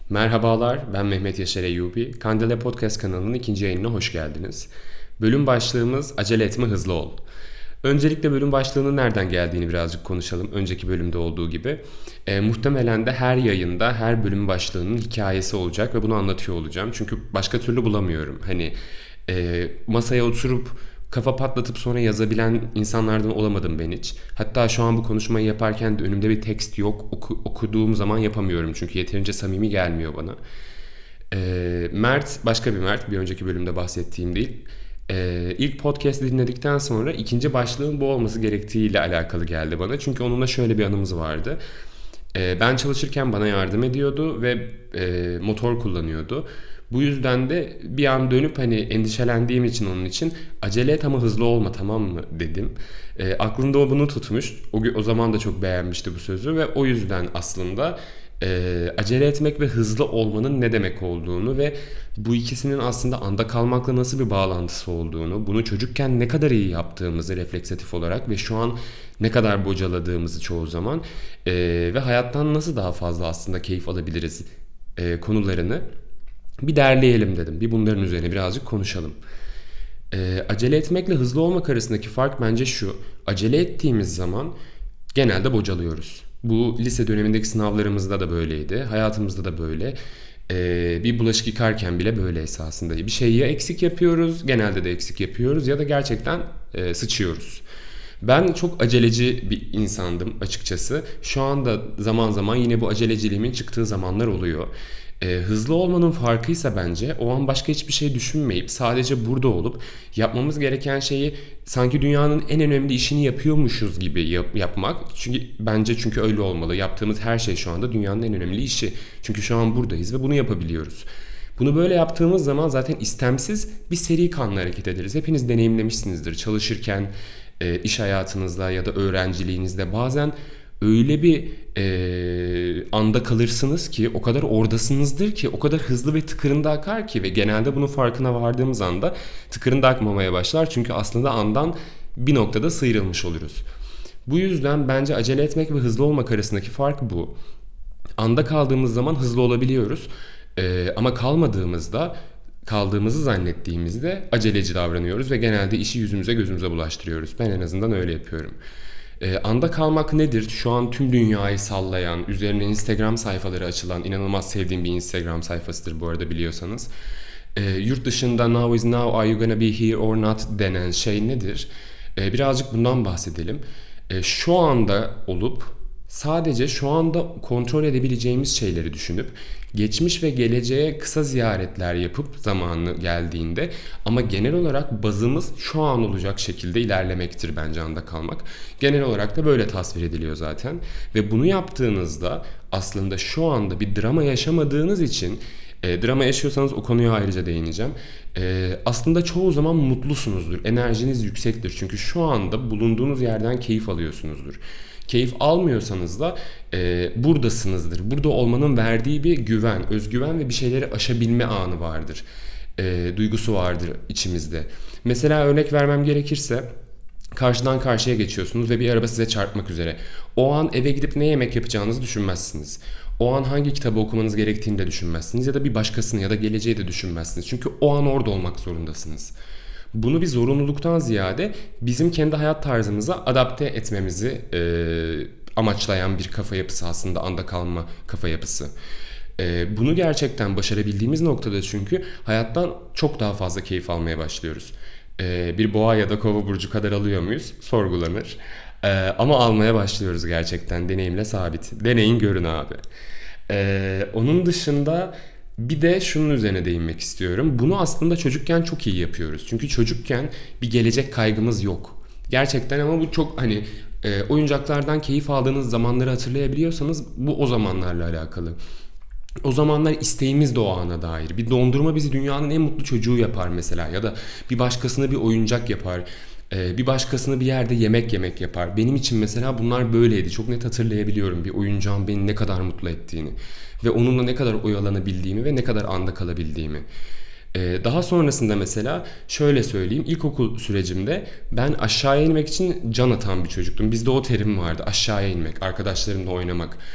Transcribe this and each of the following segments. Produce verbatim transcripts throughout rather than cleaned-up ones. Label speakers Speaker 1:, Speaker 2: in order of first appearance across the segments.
Speaker 1: Merhabalar, ben Mehmet Yaşar Eyyubi. Kandile Podcast kanalının ikinci yayınına hoş geldiniz. Bölüm başlığımız acele etme hızlı ol. Öncelikle bölüm başlığının nereden geldiğini birazcık konuşalım. Önceki bölümde olduğu gibi. E, muhtemelen de her yayında her bölüm başlığının hikayesi olacak ve bunu anlatıyor olacağım. Çünkü başka türlü bulamıyorum. Hani e, masaya oturup kafa patlatıp sonra yazabilen insanlardan olamadım ben hiç. Hatta şu an bu konuşmayı yaparken de önümde bir tekst yok. Oku, okuduğum zaman yapamıyorum çünkü yeterince samimi gelmiyor bana. Ee, Mert başka bir Mert, bir önceki bölümde bahsettiğim değil. Ee, ilk podcast'i dinledikten sonra ikinci başlığın bu olması gerektiğiyle alakalı geldi bana. Çünkü onunla şöyle bir anımız vardı. Ee, ben çalışırken bana yardım ediyordu ve e, motor kullanıyordu. Bu yüzden de bir an dönüp hani endişelendiğim için onun için acele et ama hızlı olma, tamam mı dedim. E, aklında o bunu tutmuş. O, o zaman da çok beğenmişti bu sözü ve o yüzden aslında e, acele etmek ve hızlı olmanın ne demek olduğunu ve bu ikisinin aslında anda kalmakla nasıl bir bağlantısı olduğunu, bunu çocukken ne kadar iyi yaptığımızı refleksatif olarak ve şu an ne kadar bocaladığımızı çoğu zaman e, ve hayattan nasıl daha fazla aslında keyif alabiliriz e, konularını bir derleyelim dedim. Bir bunların üzerine birazcık konuşalım. Ee, acele etmekle hızlı olmak arasındaki fark bence şu. Acele ettiğimiz zaman genelde bocalıyoruz. Bu lise dönemindeki sınavlarımızda da böyleydi. Hayatımızda da böyle. Ee, bir bulaşık yıkarken bile böyle esasında. Bir şeyi ya eksik yapıyoruz, genelde de eksik yapıyoruz ya da gerçekten e, sıçıyoruz. Ben çok aceleci bir insandım açıkçası. Şu anda zaman zaman yine bu aceleciliğimin çıktığı zamanlar oluyor. Ee, hızlı olmanın farkıysa bence o an başka hiçbir şey düşünmeyip sadece burada olup yapmamız gereken şeyi sanki dünyanın en önemli işini yapıyormuşuz gibi yap- yapmak. Çünkü bence çünkü öyle olmalı. Yaptığımız her şey şu anda dünyanın en önemli işi. Çünkü şu an buradayız ve bunu yapabiliyoruz. Bunu böyle yaptığımız zaman zaten istemsiz bir seri kanlı hareket ederiz. Hepiniz deneyimlemişsinizdir. Çalışırken, e, iş hayatınızda ya da öğrenciliğinizde bazen öyle bir e, anda kalırsınız ki, o kadar oradasınızdır ki, o kadar hızlı ve tıkırında akar ki ve genelde bunun farkına vardığımız anda tıkırında akmamaya başlar. Çünkü aslında andan bir noktada sıyrılmış oluruz. Bu yüzden bence acele etmek ve hızlı olmak arasındaki fark bu. Anda kaldığımız zaman hızlı olabiliyoruz. Ee, ama kalmadığımızda, kaldığımızı zannettiğimizde aceleci davranıyoruz ve genelde işi yüzümüze gözümüze bulaştırıyoruz. Ben en azından öyle yapıyorum. Ee, anda kalmak nedir? Şu an tüm dünyayı sallayan, üzerine Instagram sayfaları açılan, inanılmaz sevdiğim bir Instagram sayfasıdır bu arada, biliyorsanız. Ee, yurt dışında now is now, are you gonna be here or not denen şey nedir? Ee, birazcık bundan bahsedelim. Ee, şu anda olup sadece şu anda kontrol edebileceğimiz şeyleri düşünüp geçmiş ve geleceğe kısa ziyaretler yapıp zamanı geldiğinde, ama genel olarak bazımız şu an olacak şekilde ilerlemektir bence anda kalmak. Genel olarak da böyle tasvir ediliyor zaten ve bunu yaptığınızda aslında şu anda bir drama yaşamadığınız için, e, drama yaşıyorsanız o konuya ayrıca değineceğim. E, aslında çoğu zaman mutlusunuzdur, enerjiniz yüksektir çünkü şu anda bulunduğunuz yerden keyif alıyorsunuzdur. Keyif almıyorsanız da e, buradasınızdır. Burada olmanın verdiği bir güven, özgüven ve bir şeyleri aşabilme anı vardır. E, duygusu vardır içimizde. Mesela örnek vermem gerekirse, karşıdan karşıya geçiyorsunuz ve bir araba size çarpmak üzere. O an eve gidip ne yemek yapacağınızı düşünmezsiniz. O an hangi kitabı okumanız gerektiğini de düşünmezsiniz ya da bir başkasını ya da geleceği de düşünmezsiniz. Çünkü o an orada olmak zorundasınız. Bunu bir zorunluluktan ziyade bizim kendi hayat tarzımıza adapte etmemizi e, amaçlayan bir kafa yapısı, aslında anda kalma kafa yapısı. E, bunu gerçekten başarabildiğimiz noktada çünkü hayattan çok daha fazla keyif almaya başlıyoruz. E, bir boğa ya da kova burcu kadar alıyor muyuz? Sorgulanır. E, ama almaya başlıyoruz gerçekten, deneyimle sabit. Deneyin görün abi. E, onun dışında bir de şunun üzerine değinmek istiyorum. Bunu aslında çocukken çok iyi yapıyoruz. Çünkü çocukken bir gelecek kaygımız yok. Gerçekten, ama bu çok hani e, oyuncaklardan keyif aldığınız zamanları hatırlayabiliyorsanız bu o zamanlarla alakalı. O zamanlar isteğimiz de o ana dair. Bir dondurma bizi dünyanın en mutlu çocuğu yapar mesela, ya da bir başkasına bir oyuncak yapar. Ee, bir başkasına bir yerde yemek yemek yapar. Benim için mesela bunlar böyleydi. Çok net hatırlayabiliyorum bir oyuncağın beni ne kadar mutlu ettiğini ve onunla ne kadar oyalanabildiğimi ve ne kadar anda kalabildiğimi. Ee, daha sonrasında mesela şöyle söyleyeyim, ilkokul sürecimde ben aşağıya inmek için can atan bir çocuktum. Bizde o terim vardı, aşağıya inmek, arkadaşlarımla oynamak.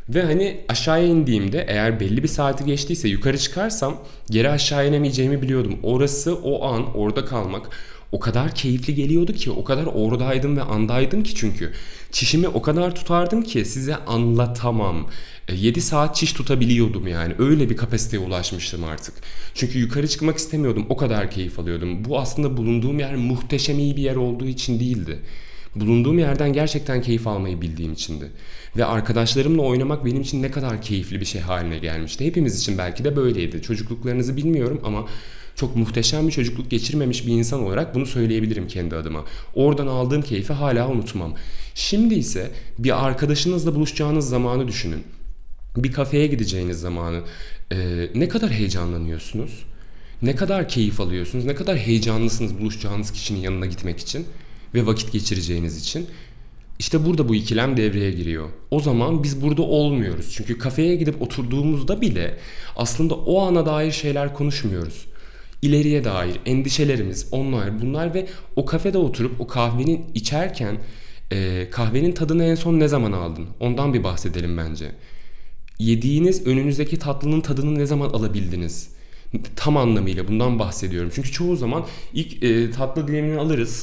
Speaker 1: Ve hani aşağıya indiğimde eğer belli bir saati geçtiyse yukarı çıkarsam geri aşağı inemeyeceğimi biliyordum. Orası, o an orada kalmak o kadar keyifli geliyordu ki, o kadar oradaydım ve andaydım ki çünkü. Çişimi o kadar tutardım ki size anlatamam. yedi saat çiş tutabiliyordum yani. Öyle bir kapasiteye ulaşmıştım artık. Çünkü yukarı çıkmak istemiyordum. O kadar keyif alıyordum. Bu aslında bulunduğum yer muhteşem iyi bir yer olduğu için değildi. Bulunduğum yerden gerçekten keyif almayı bildiğim içindi. Ve arkadaşlarımla oynamak benim için ne kadar keyifli bir şey haline gelmişti. Hepimiz için belki de böyleydi. Çocukluklarınızı bilmiyorum ama çok muhteşem bir çocukluk geçirmemiş bir insan olarak bunu söyleyebilirim kendi adıma. Oradan aldığım keyfi hala unutmam. Şimdi ise bir arkadaşınızla buluşacağınız zamanı düşünün. Bir kafeye gideceğiniz zamanı. Ee, ne kadar heyecanlanıyorsunuz? Ne kadar keyif alıyorsunuz? Ne kadar heyecanlısınız buluşacağınız kişinin yanına gitmek için ve vakit geçireceğiniz için? İşte burada bu ikilem devreye giriyor. O zaman biz burada olmuyoruz. Çünkü kafeye gidip oturduğumuzda bile aslında o ana dair şeyler konuşmuyoruz. İleriye dair endişelerimiz, onlar bunlar ve o kafede oturup o kahveni içerken e, kahvenin tadını en son ne zaman aldın? Ondan bir bahsedelim bence. Yediğiniz önünüzdeki tatlının tadını ne zaman alabildiniz? Tam anlamıyla bundan bahsediyorum. Çünkü çoğu zaman ilk e, tatlı dilimini alırız.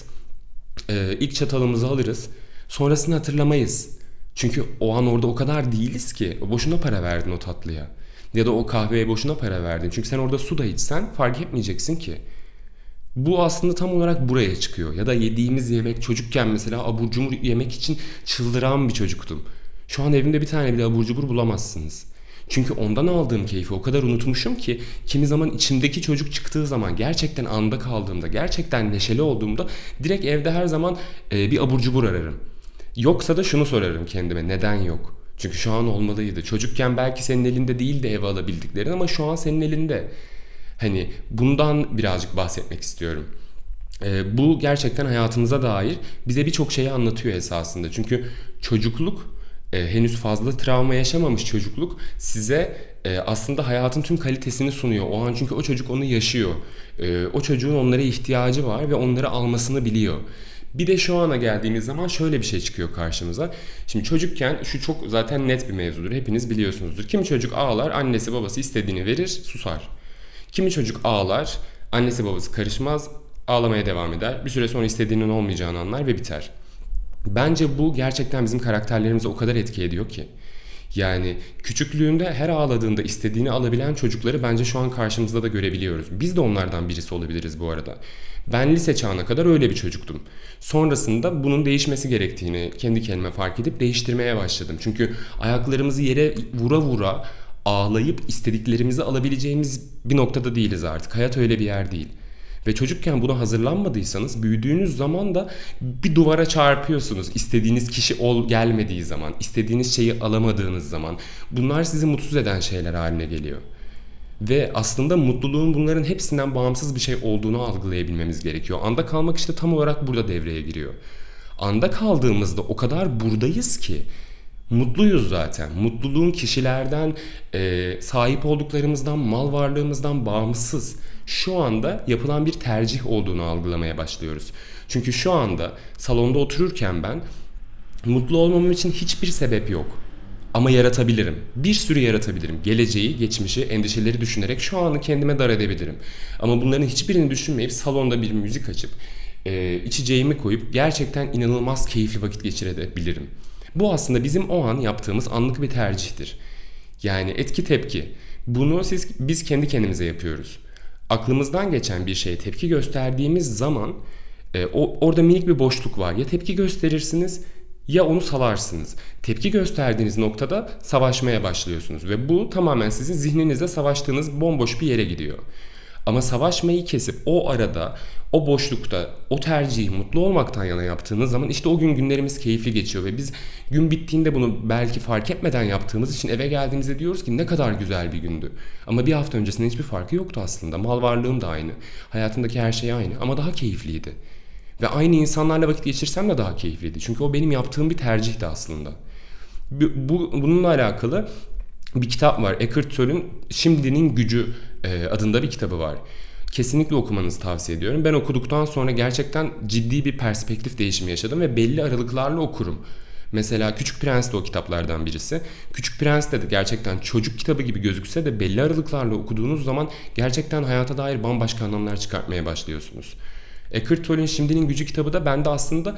Speaker 1: E, ilk çatalımızı alırız. Sonrasını hatırlamayız. Çünkü o an orada o kadar değiliz ki. Boşuna para verdin o tatlıya. Ya da o kahveye boşuna para verdin. Çünkü sen orada su da içsen fark etmeyeceksin ki. Bu aslında tam olarak buraya çıkıyor. Ya da yediğimiz yemek, çocukken mesela abur cubur yemek için çıldıran bir çocuktum. Şu an evimde bir tane bile abur cubur bulamazsınız. Çünkü ondan aldığım keyfi o kadar unutmuşum ki kimi zaman içimdeki çocuk çıktığı zaman, gerçekten anda kaldığımda, gerçekten neşeli olduğumda direkt evde her zaman e, bir abur cubur ararım. Yoksa da şunu sorarım kendime, neden yok? Çünkü şu an olmalıydı. Çocukken belki senin elinde değildi eve alabildiklerin ama şu an senin elinde. Hani bundan birazcık bahsetmek istiyorum. Ee, bu gerçekten hayatımıza dair bize birçok şeyi anlatıyor esasında. Çünkü çocukluk, e, henüz fazla travma yaşamamış çocukluk size e, aslında hayatın tüm kalitesini sunuyor. O an çünkü o çocuk onu yaşıyor. E, o çocuğun onlara ihtiyacı var ve onları almasını biliyor. Bir de şu ana geldiğimiz zaman şöyle bir şey çıkıyor karşımıza. Şimdi çocukken şu çok zaten net bir mevzudur. Hepiniz biliyorsunuzdur. Kimi çocuk ağlar, annesi babası istediğini verir, susar. Kimi çocuk ağlar, annesi babası karışmaz, ağlamaya devam eder. Bir süre sonra istediğinin olmayacağını anlar ve biter. Bence bu gerçekten bizim karakterlerimize o kadar etki ediyor ki. Yani küçüklüğünde her ağladığında istediğini alabilen çocukları bence şu an karşımızda da görebiliyoruz. Biz de onlardan birisi olabiliriz bu arada. Ben lise çağına kadar öyle bir çocuktum. Sonrasında bunun değişmesi gerektiğini kendi kendime fark edip değiştirmeye başladım. Çünkü ayaklarımızı yere vura vura ağlayıp istediklerimizi alabileceğimiz bir noktada değiliz artık. Hayat öyle bir yer değil. Ve çocukken buna hazırlanmadıysanız büyüdüğünüz zaman da bir duvara çarpıyorsunuz. İstediğiniz kişi ol gelmediği zaman, istediğiniz şeyi alamadığınız zaman. Bunlar sizi mutsuz eden şeyler haline geliyor. Ve aslında mutluluğun bunların hepsinden bağımsız bir şey olduğunu algılayabilmemiz gerekiyor. Anda kalmak işte tam olarak burada devreye giriyor. Anda kaldığımızda o kadar buradayız ki mutluyuz zaten. Mutluluğun kişilerden, e, sahip olduklarımızdan, mal varlığımızdan bağımsız. Şu anda yapılan bir tercih olduğunu algılamaya başlıyoruz. Çünkü şu anda salonda otururken ben mutlu olmam için hiçbir sebep yok. Ama yaratabilirim. Bir sürü yaratabilirim. Geleceği, geçmişi, endişeleri düşünerek şu anı kendime dar edebilirim. Ama bunların hiçbirini düşünmeyip salonda bir müzik açıp e, içeceğimi koyup gerçekten inanılmaz keyifli vakit geçirebilirim. Bu aslında bizim o an yaptığımız anlık bir tercihtir. Yani etki tepki. Bunu siz, biz kendi kendimize yapıyoruz. Aklımızdan geçen bir şeye tepki gösterdiğimiz zaman e, o, orada minik bir boşluk var. Ya tepki gösterirsiniz ya onu salarsınız. Tepki gösterdiğiniz noktada savaşmaya başlıyorsunuz. Ve bu tamamen sizin zihninizde savaştığınız bomboş bir yere gidiyor. Ama savaşmayı kesip o arada, o boşlukta, o tercihi mutlu olmaktan yana yaptığınız zaman işte o gün günlerimiz keyifli geçiyor. Ve biz gün bittiğinde bunu belki fark etmeden yaptığımız için eve geldiğimizde diyoruz ki ne kadar güzel bir gündü. Ama bir hafta öncesinde hiçbir farkı yoktu aslında. Mal varlığım da aynı. Hayatımdaki her şey aynı ama daha keyifliydi. Ve aynı insanlarla vakit geçirsem de daha keyifliydi. Çünkü o benim yaptığım bir tercihti aslında. Bu, bu, bununla alakalı bir kitap var. Eckhart Tolle'ün Şimdinin Gücü adında bir kitabı var. Kesinlikle okumanızı tavsiye ediyorum. Ben okuduktan sonra gerçekten ciddi bir perspektif değişimi yaşadım ve belli aralıklarla okurum. Mesela Küçük Prens de o kitaplardan birisi. Küçük Prens de, de gerçekten çocuk kitabı gibi gözükse de belli aralıklarla okuduğunuz zaman gerçekten hayata dair bambaşka anlamlar çıkartmaya başlıyorsunuz. Eckhart Tolle'in Şimdinin Gücü kitabı da bende aslında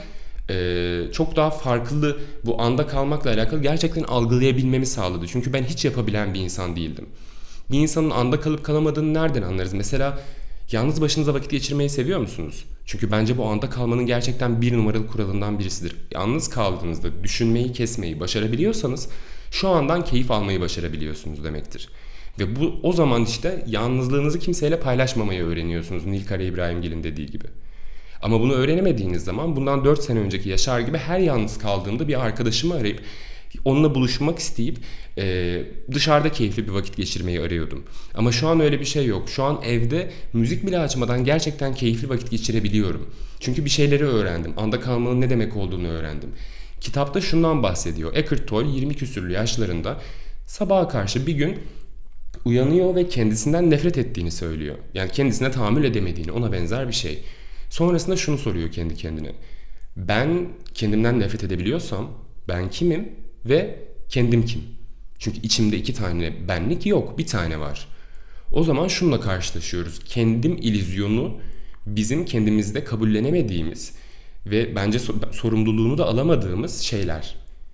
Speaker 1: e, çok daha farklı, bu anda kalmakla alakalı gerçekten algılayabilmemi sağladı. Çünkü ben hiç yapabilen bir insan değildim. Bir insanın anda kalıp kalamadığını nereden anlarız? Mesela yalnız başınıza vakit geçirmeyi seviyor musunuz? Çünkü bence bu anda kalmanın gerçekten bir numaralı kuralından birisidir. Yalnız kaldığınızda düşünmeyi kesmeyi başarabiliyorsanız şu andan keyif almayı başarabiliyorsunuz demektir. Ve bu o zaman işte yalnızlığınızı kimseyle paylaşmamayı öğreniyorsunuz, Nilkara İbrahimgil'in dediği gibi. Ama bunu öğrenemediğiniz zaman bundan dört sene önceki Yaşar gibi her yalnız kaldığımda bir arkadaşımı arayıp onunla buluşmak isteyip e, dışarıda keyifli bir vakit geçirmeyi arıyordum. Ama şu an öyle bir şey yok. Şu an evde müzik bile açmadan gerçekten keyifli vakit geçirebiliyorum. Çünkü bir şeyleri öğrendim. Anda kalmanın ne demek olduğunu öğrendim. Kitapta şundan bahsediyor. Eckhart Tolle yirmi küsürlü yaşlarında sabaha karşı bir gün uyanıyor ve kendisinden nefret ettiğini söylüyor. Yani kendisine tahammül edemediğini, ona benzer bir şey. Sonrasında şunu soruyor kendi kendine. Ben kendimden nefret edebiliyorsam ben kimim ve kendim kim? Çünkü içimde iki tane benlik yok, bir tane var. O zaman şununla karşılaşıyoruz. Kendim illüzyonu bizim kendimizde kabullenemediğimiz ve bence sorumluluğunu da alamadığımız şeyler.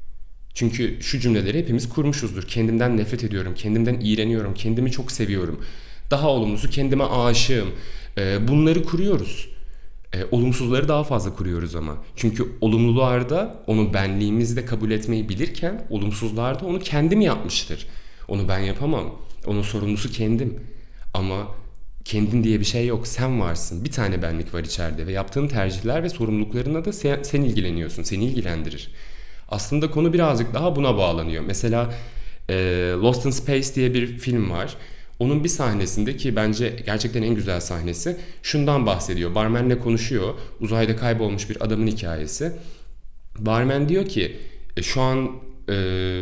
Speaker 1: Çünkü şu cümleleri hepimiz kurmuşuzdur. Kendimden nefret ediyorum, kendimden iğreniyorum, kendimi çok seviyorum. Daha olumlusu kendime aşığım. Bunları kuruyoruz. E, olumsuzları daha fazla kuruyoruz ama. Çünkü olumlularda onu benliğimizde kabul etmeyi bilirken olumsuzlarda onu kendim yapmıştır. Onu ben yapamam. Onun sorumlusu kendim. Ama kendin diye bir şey yok. Sen varsın. Bir tane benlik var içeride ve yaptığın tercihler ve sorumluluklarına da sen, sen ilgileniyorsun. Seni ilgilendirir. Aslında konu birazcık daha buna bağlanıyor. Mesela e, Lost in Space diye bir film var. Onun bir sahnesinde, ki bence gerçekten en güzel sahnesi, şundan bahsediyor. Barmenle konuşuyor. Uzayda kaybolmuş bir adamın hikayesi. Barmen diyor ki e, şu an e,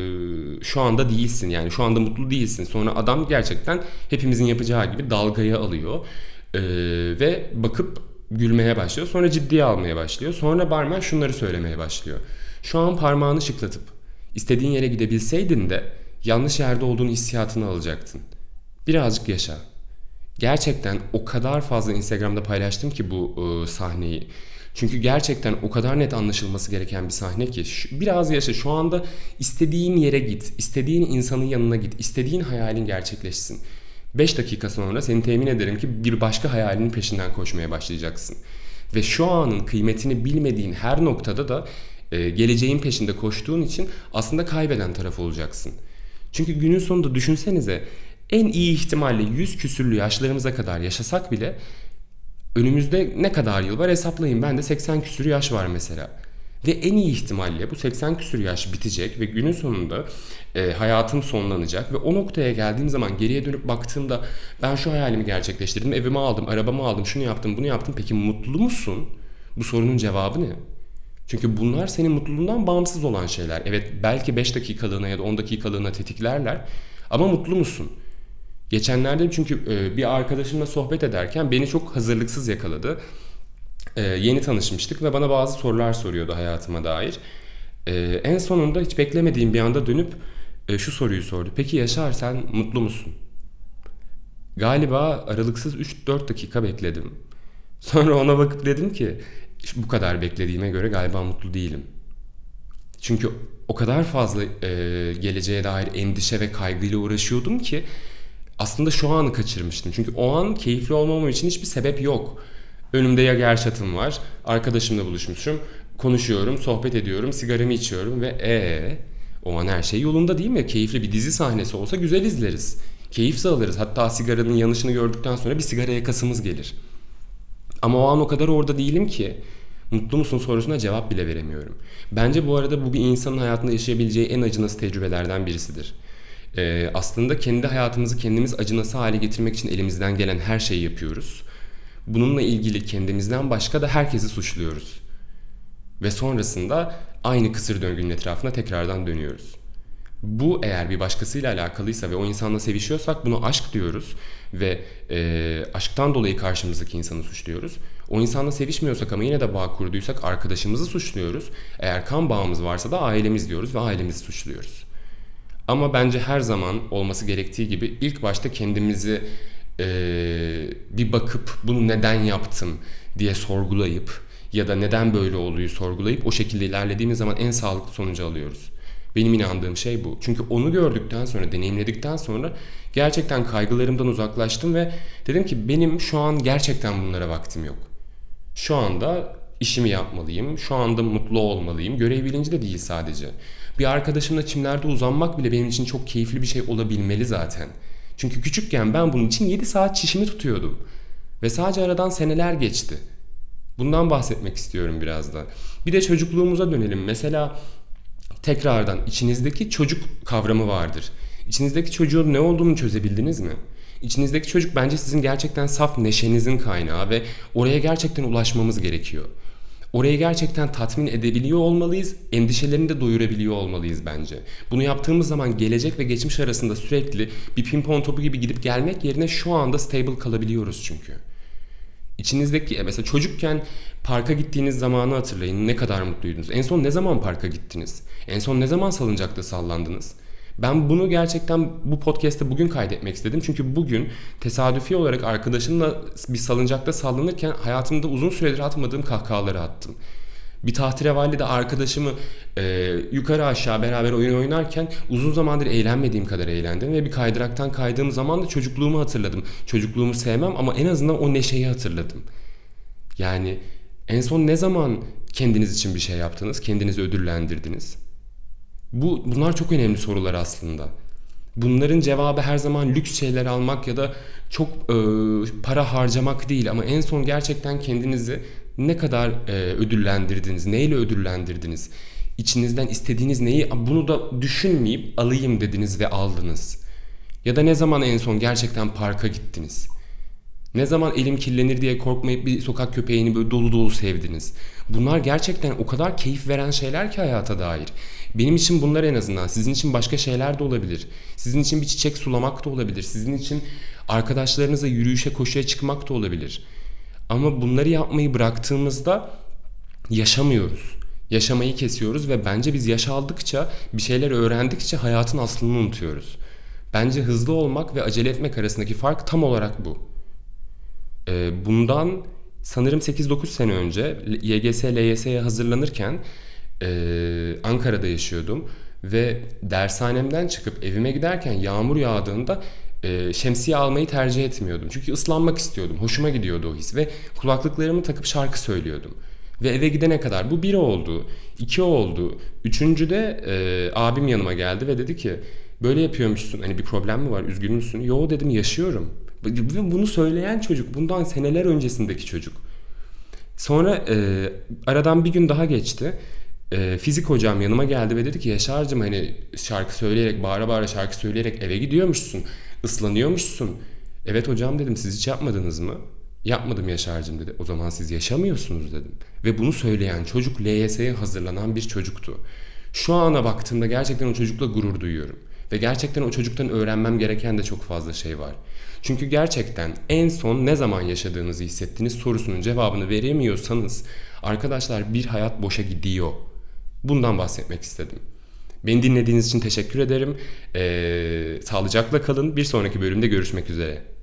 Speaker 1: şu anda değilsin, yani şu anda mutlu değilsin. Sonra adam gerçekten hepimizin yapacağı gibi dalgayı alıyor e, ve bakıp gülmeye başlıyor. Sonra ciddiye almaya başlıyor. Sonra barmen şunları söylemeye başlıyor. Şu an parmağını şıklatıp istediğin yere gidebilseydin de yanlış yerde olduğun hissiyatını alacaktın. Birazcık yaşa. Gerçekten o kadar fazla Instagram'da paylaştım ki bu e, sahneyi. Çünkü gerçekten o kadar net anlaşılması gereken bir sahne ki. Şu, biraz yaşa. Şu anda istediğin yere git. İstediğin insanın yanına git. İstediğin hayalin gerçekleşsin. beş dakika sonra seni temin ederim ki bir başka hayalinin peşinden koşmaya başlayacaksın. Ve şu anın kıymetini bilmediğin her noktada da e, geleceğin peşinde koştuğun için aslında kaybeden taraf olacaksın. Çünkü günün sonunda düşünsenize, en iyi ihtimalle yüz küsürlü yaşlarımıza kadar yaşasak bile önümüzde ne kadar yıl var hesaplayın. Bende seksen küsür yaş var mesela. Ve en iyi ihtimalle bu seksen küsür yaş bitecek ve günün sonunda e, hayatım sonlanacak. Ve o noktaya geldiğim zaman geriye dönüp baktığımda ben şu hayalimi gerçekleştirdim, evimi aldım, arabamı aldım, şunu yaptım, bunu yaptım. Peki mutlu musun? Bu sorunun cevabı ne? Çünkü bunlar senin mutluluğundan bağımsız olan şeyler. Evet, belki beş dakikalığına ya da on dakikalığına tetiklerler ama mutlu musun? Geçenlerde çünkü bir arkadaşımla sohbet ederken beni çok hazırlıksız yakaladı. Ee, yeni tanışmıştık ve bana bazı sorular soruyordu hayatıma dair. Ee, en sonunda hiç beklemediğim bir anda dönüp e, şu soruyu sordu. Peki Yaşar, sen mutlu musun? Galiba aralıksız üç dört dakika bekledim. Sonra ona bakıp dedim ki bu kadar beklediğime göre galiba mutlu değilim. Çünkü o kadar fazla e, geleceğe dair endişe ve kaygıyla uğraşıyordum ki aslında şu anı kaçırmıştım. Çünkü o an keyifli olmamam için hiçbir sebep yok. Önümde ya gerçatım var, arkadaşımla buluşmuşum, konuşuyorum, sohbet ediyorum, sigaramı içiyorum ve ee, o an her şey yolunda değil mi? Keyifli bir dizi sahnesi olsa güzel izleriz. Keyif alırız. Hatta sigaranın yanışını gördükten sonra bir sigara yakasımız gelir. Ama o an o kadar orada değilim ki mutlu musun sorusuna cevap bile veremiyorum. Bence bu arada bu bir insanın hayatında yaşayabileceği en acınası tecrübelerden birisidir. Ee, aslında kendi hayatımızı kendimiz acınası hale getirmek için elimizden gelen her şeyi yapıyoruz. Bununla ilgili kendimizden başka da herkesi suçluyoruz. Ve sonrasında aynı kısır döngünün etrafına tekrardan dönüyoruz. Bu eğer bir başkasıyla alakalıysa ve o insanla sevişiyorsak buna aşk diyoruz ve e, aşktan dolayı karşımızdaki insanı suçluyoruz. O insanla sevişmiyorsak ama yine de bağ kurduysak arkadaşımızı suçluyoruz. Eğer kan bağımız varsa da ailemiz diyoruz ve ailemizi suçluyoruz. Ama bence her zaman olması gerektiği gibi ilk başta kendimizi ee, bir bakıp bunu neden yaptım diye sorgulayıp ya da neden böyle olduğu sorgulayıp o şekilde ilerlediğimiz zaman en sağlıklı sonucu alıyoruz. Benim inandığım şey bu. Çünkü onu gördükten sonra, deneyimledikten sonra gerçekten kaygılarımdan uzaklaştım ve dedim ki benim şu an gerçekten bunlara vaktim yok. Şu anda işimi yapmalıyım, şu anda mutlu olmalıyım. Görev bilinci de değil sadece. Bir arkadaşımla çimlerde uzanmak bile benim için çok keyifli bir şey olabilmeli zaten. Çünkü küçükken ben bunun için yedi saat çişimi tutuyordum. Ve sadece aradan seneler geçti. Bundan bahsetmek istiyorum biraz da. Bir de çocukluğumuza dönelim. Mesela tekrardan içinizdeki çocuk kavramı vardır. İçinizdeki çocuğun ne olduğunu çözebildiniz mi? İçinizdeki çocuk bence sizin gerçekten saf neşenizin kaynağı ve oraya gerçekten ulaşmamız gerekiyor. Orayı gerçekten tatmin edebiliyor olmalıyız, endişelerini de doyurabiliyor olmalıyız bence. Bunu yaptığımız zaman gelecek ve geçmiş arasında sürekli bir pimpon topu gibi gidip gelmek yerine şu anda stable kalabiliyoruz çünkü. İçinizdeki mesela çocukken parka gittiğiniz zamanı hatırlayın. Ne kadar mutluydunuz. En son ne zaman parka gittiniz? En son ne zaman salıncakta sallandınız? Ben bunu gerçekten bu podcast'te bugün kaydetmek istedim. Çünkü bugün tesadüfi olarak arkadaşımla bir salıncakta sallanırken hayatımda uzun süredir atmadığım kahkahaları attım. Bir tahterevallide arkadaşımı e, yukarı aşağı beraber oyun oynarken uzun zamandır eğlenmediğim kadar eğlendim. Ve bir kaydıraktan kaydığım zaman da çocukluğumu hatırladım. Çocukluğumu sevmem ama en azından o neşeyi hatırladım. Yani en son ne zaman kendiniz için bir şey yaptınız, kendinizi ödüllendirdiniz? Bu, bunlar çok önemli sorular aslında. Bunların cevabı her zaman lüks şeyler almak ya da çok e, para harcamak değil. Ama en son gerçekten kendinizi ne kadar e, ödüllendirdiniz, neyle ödüllendirdiniz? İçinizden istediğiniz neyi, bunu da düşünmeyip alayım dediniz ve aldınız. Ya da ne zaman en son gerçekten parka gittiniz? Ne zaman elim kirlenir diye korkmayıp bir sokak köpeğini böyle dolu dolu sevdiniz? Bunlar gerçekten o kadar keyif veren şeyler ki hayata dair. Benim için bunlar en azından. Sizin için başka şeyler de olabilir. Sizin için bir çiçek sulamak da olabilir. Sizin için arkadaşlarınızla yürüyüşe, koşuya çıkmak da olabilir. Ama bunları yapmayı bıraktığımızda yaşamıyoruz. Yaşamayı kesiyoruz ve bence biz yaş aldıkça, bir şeyler öğrendikçe hayatın aslını unutuyoruz. Bence hızlı olmak ve acele etmek arasındaki fark tam olarak bu. Bundan sanırım sekiz dokuz sene önce Y G S, L Y S'ye hazırlanırken Ankara'da yaşıyordum ve dershanemden çıkıp evime giderken yağmur yağdığında şemsiye almayı tercih etmiyordum. Çünkü ıslanmak istiyordum. Hoşuma gidiyordu o his ve kulaklıklarımı takıp şarkı söylüyordum. Ve eve gidene kadar bu bir oldu, iki oldu. Üçüncüde e, abim yanıma geldi ve dedi ki böyle yapıyormuşsun, hani bir problem mi var, üzgün müsün? Yo dedim, yaşıyorum. Bunu söyleyen çocuk bundan seneler öncesindeki çocuk. Sonra e, aradan bir gün daha geçti. E, fizik hocam yanıma geldi ve dedi ki Yaşar'cığım hani şarkı söyleyerek, bağıra bağıra şarkı söyleyerek eve gidiyormuşsun, ıslanıyormuşsun. Evet hocam dedim, siz hiç yapmadınız mı? Yapmadım Yaşar'cığım dedi. O zaman siz yaşamıyorsunuz dedim. Ve bunu söyleyen çocuk L Y S'ye hazırlanan bir çocuktu. Şu ana baktığımda gerçekten o çocukla gurur duyuyorum. Ve gerçekten o çocuktan öğrenmem gereken de çok fazla şey var. Çünkü gerçekten en son ne zaman yaşadığınızı hissettiğiniz sorusunun cevabını veremiyorsanız arkadaşlar bir hayat boşa gidiyor. Bundan bahsetmek istedim. Beni dinlediğiniz için teşekkür ederim. Ee, sağlıcakla kalın. Bir sonraki bölümde görüşmek üzere.